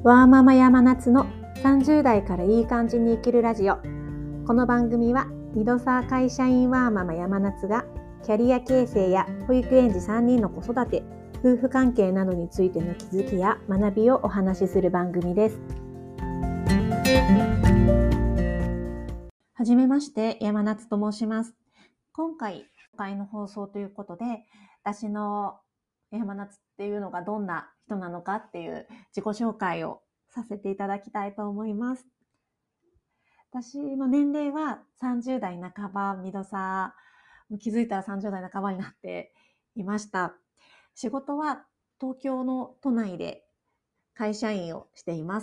ワーママ山夏の30代からいい感じに生きるラジオ。この番組はミドサー会社員ワーママ山夏がキャリア形成や保育園児3人の子育て、夫婦関係などについての気づきや学びをお話しする番組です。はじめまして、山夏と申します。今回の放送ということで、私の山夏っていうのがどんな人なのかっていう自己紹介をさせていただきたいと思います。私の年齢は30代半ば、ミドサー、気づいたら30代半ばになっていました。仕事は東京の都内で会社員をしています。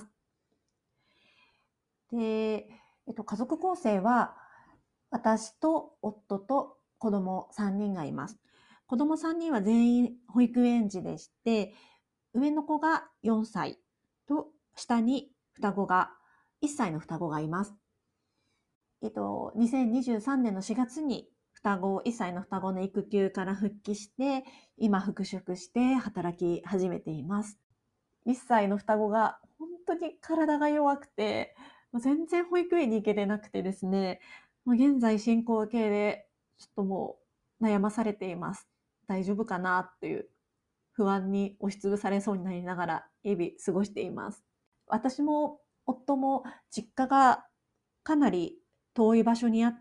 で、家族構成は私と夫と子供3人がいます。子供3人は全員保育園児でして、上の子が4歳と下に1歳の双子がいます。2023年の4月に1歳の双子の育休から復帰して、今復職して働き始めています。1歳の双子が本当に体が弱くて、全然保育園に行けてなくてですね、現在進行形でちょっともう悩まされています。大丈夫かなっていう不安に押しつぶされそうになりながら日々過ごしています。私も夫も実家がかなり遠い場所にあって、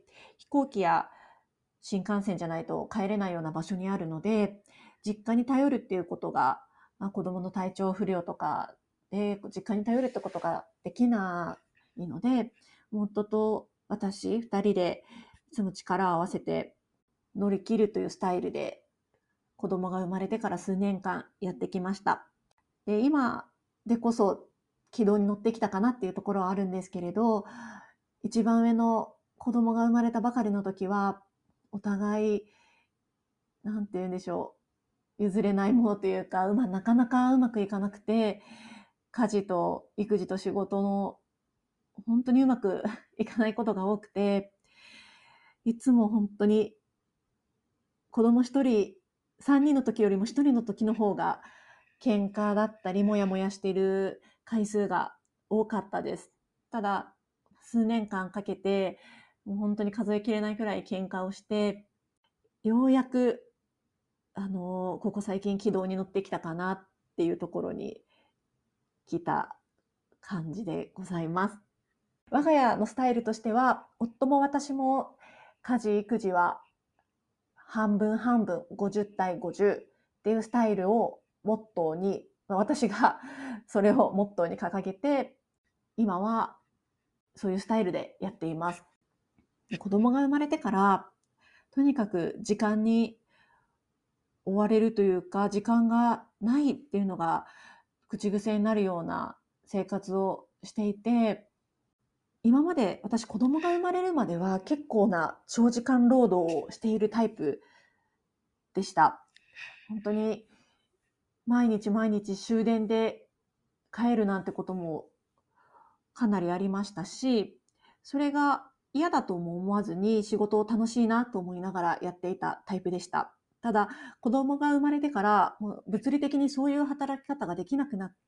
飛行機や新幹線じゃないと帰れないような場所にあるので、実家に頼るっていうことが、子供の体調不良とかで実家に頼るってことができないので、夫と私2人でその力を合わせて乗り切るというスタイルで子供が生まれてから数年間やってきました。で、今でこそ軌道に乗ってきたかなっていうところはあるんですけれど、一番上の子供が生まれたばかりの時は、お互い、なんて言うんでしょう、譲れないものというか、なかなかうまくいかなくて、家事と育児と仕事の本当にうまくいかないことが多くて、いつも本当に子供一人、3人の時よりも1人の時の方が喧嘩だったり、もやもやしている回数が多かったです。ただ、数年間かけて、もう本当に数えきれないくらい喧嘩をして、ようやく、ここ最近軌道に乗ってきたかなっていうところに来た感じでございます。我が家のスタイルとしては、夫も私も家事育児は半分半分、50対50っていうスタイルをモットーに、私がそれをモットーに掲げて、今はそういうスタイルでやっています。子供が生まれてから、とにかく時間に追われるというか、時間がないっていうのが口癖になるような生活をしていて、今まで私子供が生まれるまでは結構な長時間労働をしているタイプでした。本当に毎日毎日終電で帰るなんてこともかなりありましたし、それが嫌だとも思わずに仕事を楽しいなと思いながらやっていたタイプでした。ただ、子供が生まれてから、もう物理的にそういう働き方ができなくなって、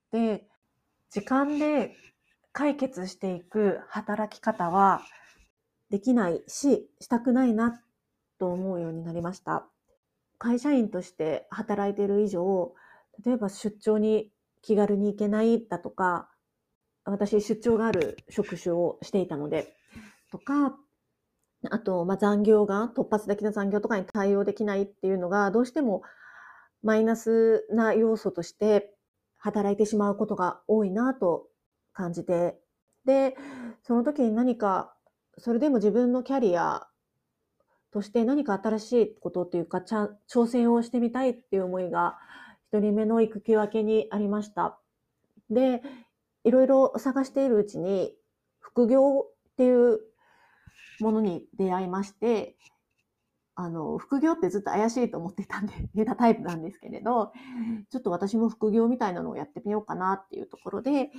時間で解決していく働き方はできないし、したくないなと思うようになりました。会社員として働いている以上、例えば出張に気軽に行けないだとか、私出張がある職種をしていたので、とか、あと、突発的な残業とかに対応できないっていうのが、どうしてもマイナスな要素として働いてしまうことが多いなと感じて、で、その時にそれでも自分のキャリアとして何か新しいことっていうか、挑戦をしてみたいっていう思いが、一人目の育休明けにありました。で、いろいろ探しているうちに、副業っていうものに出会いまして、副業ってずっと怪しいと思っていたタイプなんですけれど、ちょっと私も副業みたいなのをやってみようかなっていうところで、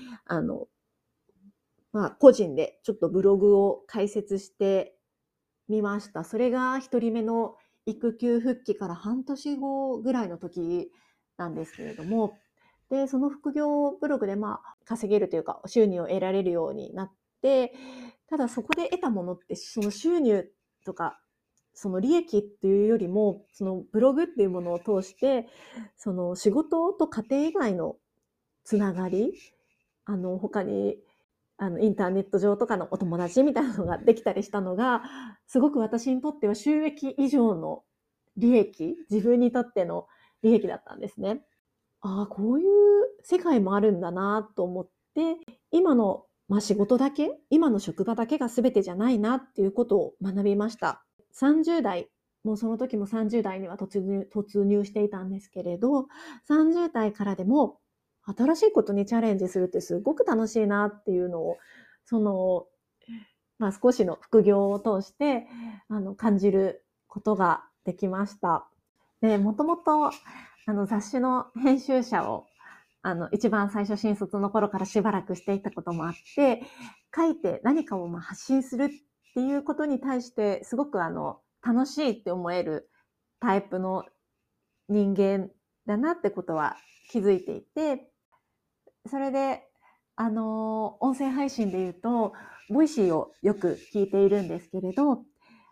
個人でちょっとブログを開設してみました。それが一人目の育休復帰から半年後ぐらいの時なんですけれども、 で、その副業ブログで稼げるというか、収入を得られるようになって、ただそこで得たものって、その収入とか、その利益っていうよりも、そのブログっていうものを通して、その仕事と家庭以外のつながり、他に、インターネット上とかのお友達みたいなのができたりしたのが、すごく私にとっては収益以上の利益、自分にとっての利益だったんですね。ああ、こういう世界もあるんだなと思って、今の、仕事だけ、今の職場だけが全てじゃないなっていうことを学びました。30代、もうその時も30代には突入していたんですけれど、30代からでも新しいことにチャレンジするってすごく楽しいなっていうのを、その、少しの副業を通して、感じることができました。で、もともと、雑誌の編集者を、一番最初新卒の頃からしばらくしていたこともあって、書いて何かを発信するっていうことに対して、すごく楽しいって思えるタイプの人間だなってことは気づいていて、それで、音声配信で言うと、ボイシーをよく聞いているんですけれど、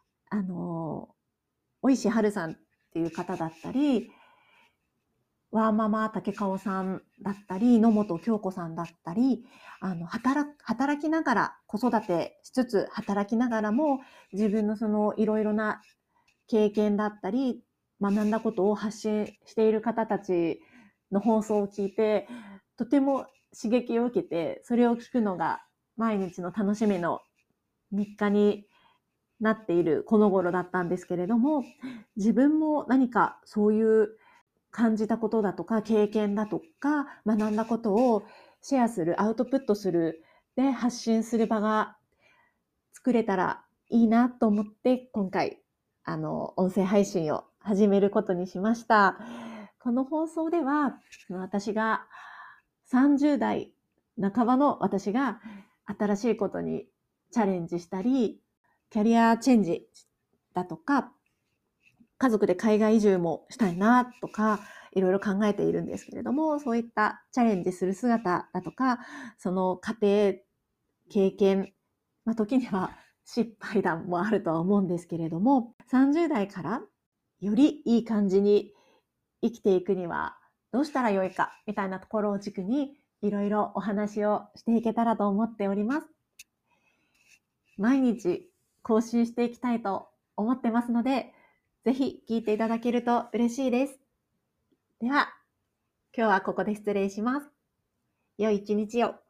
おいしはるさんっていう方だったり、ワーママ竹川さんだったり、野本京子さんだったり、働きながら、子育てしつつ働きながらも、自分のそのいろいろな経験だったり、学んだことを発信している方たちの放送を聞いて、とても刺激を受けて、それを聞くのが毎日の楽しみの日課になっているこの頃だったんですけれども、自分も何かそういう感じたことだとか、経験だとか、学んだことをシェアする、アウトプットする、で、発信する場が作れたらいいなと思って、今回、音声配信を始めることにしました。この放送では、私が30代半ばの私が新しいことにチャレンジしたり、キャリアチェンジだとか、家族で海外移住もしたいなとか、いろいろ考えているんですけれども、そういったチャレンジする姿だとか、その過程、経験、時には失敗談もあるとは思うんですけれども、30代からよりいい感じに生きていくにはどうしたらよいか、みたいなところを軸に、いろいろお話をしていけたらと思っております。毎日更新していきたいと思ってますので、ぜひ聞いていただけると嬉しいです。では、今日はここで失礼します。良い一日を。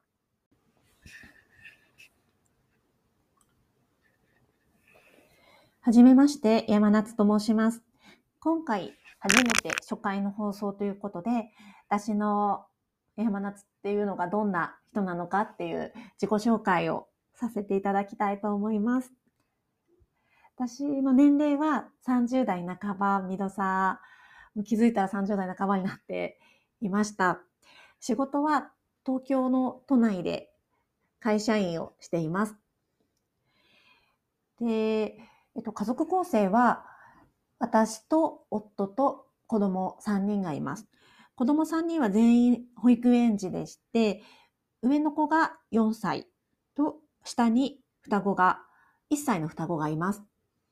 はじめまして、山夏と申します。今回、初めて初回の放送ということで、私の山夏っていうのがどんな人なのかっていう自己紹介をさせていただきたいと思います。私の年齢は30代半ば、ミドサー、気づいたら30代半ばになっていました。仕事は東京の都内で会社員をしています。で、家族構成は私と夫と子供3人がいます。子供3人は全員保育園児でして、上の子が4歳と下に1歳の双子がいます。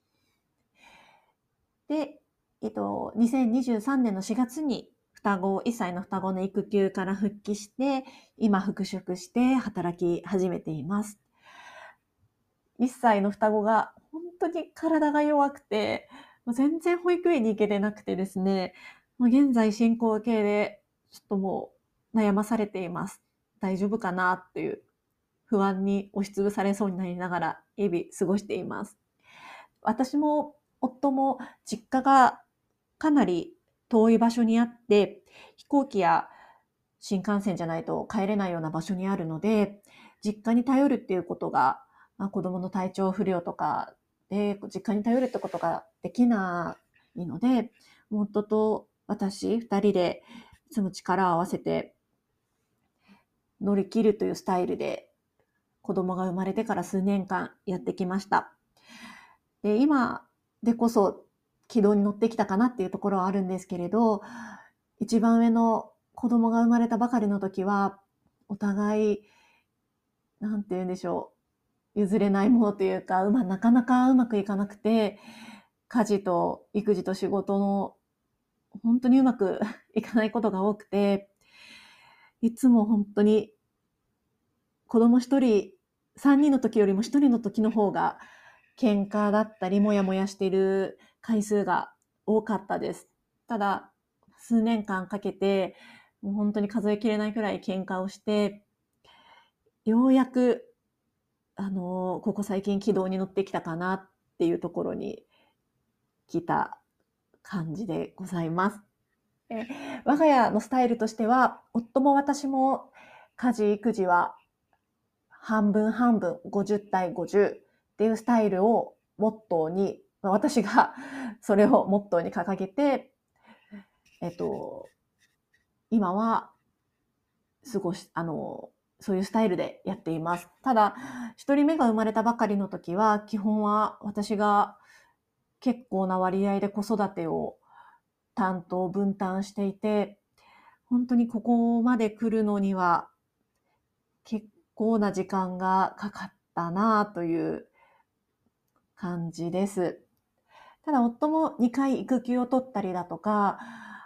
で、2023年の4月に1歳の双子の育休から復帰して、今復職して働き始めています。1歳の双子が本当に体が弱くて、全然保育園に行けてなくてですね、現在進行形でちょっともう悩まされています。大丈夫かなっていう不安に押しつぶされそうになりながら日々過ごしています。私も夫も実家がかなり遠い場所にあって、飛行機や新幹線じゃないと帰れないような場所にあるので、実家に頼るっていうことが、子供の体調不良とかで実家に頼るってことができないので、夫と私二人でその力を合わせて乗り切るというスタイルで子供が生まれてから数年間やってきました。で、今でこそ軌道に乗ってきたかなっていうところはあるんですけれど、一番上の子供が生まれたばかりの時は、お互い、なんて言うんでしょう、譲れないものというか、なかなかうまくいかなくて、家事と育児と仕事の本当にうまくいかないことが多くて、いつも本当に子供一人、3人の時よりも1人の時の方が喧嘩だったり、もやもやしている回数が多かったです。ただ、数年間かけて、もう本当に数えきれないくらい喧嘩をして、ようやく、ここ最近軌道に乗ってきたかなっていうところに来た感じでございます。我が家のスタイルとしては、夫も私も家事、育児は半分半分、50対50っていうスタイルをモットーに、私がそれをモットーに掲げて、今はそういうスタイルでやっています。ただ、一人目が生まれたばかりの時は、基本は私が結構な割合で子育てを分担していて、本当にここまで来るのには結構な時間がかかったなという感じです。ただ夫も2回育休を取ったりだとか、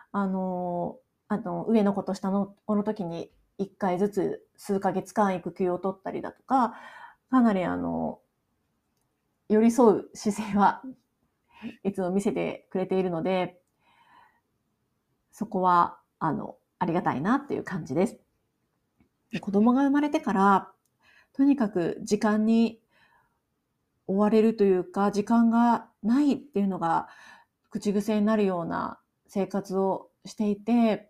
上の子と下の子の時に1回ずつ数ヶ月間育休を取ったりだとか、かなり寄り添う姿勢はいつも見せてくれているので、そこは、ありがたいなっていう感じです。で子供が生まれてから、とにかく時間に追われるというか、時間がないっていうのが口癖になるような生活をしていて、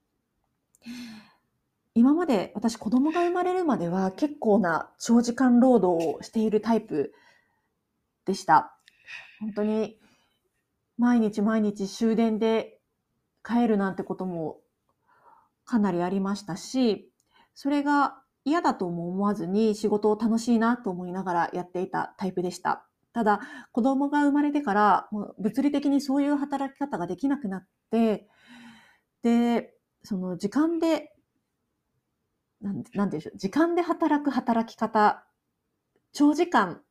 今まで私子供が生まれるまでは結構な長時間労働をしているタイプでした。本当に毎日毎日終電で帰るなんてこともかなりありましたし、それが嫌だとも思わずに仕事を楽しいなと思いながらやっていたタイプでした。ただ、子供が生まれてから、もう物理的にそういう働き方ができなくなって、で、その時間で、なんて言うんでしょう、時間で働く働き方、長時間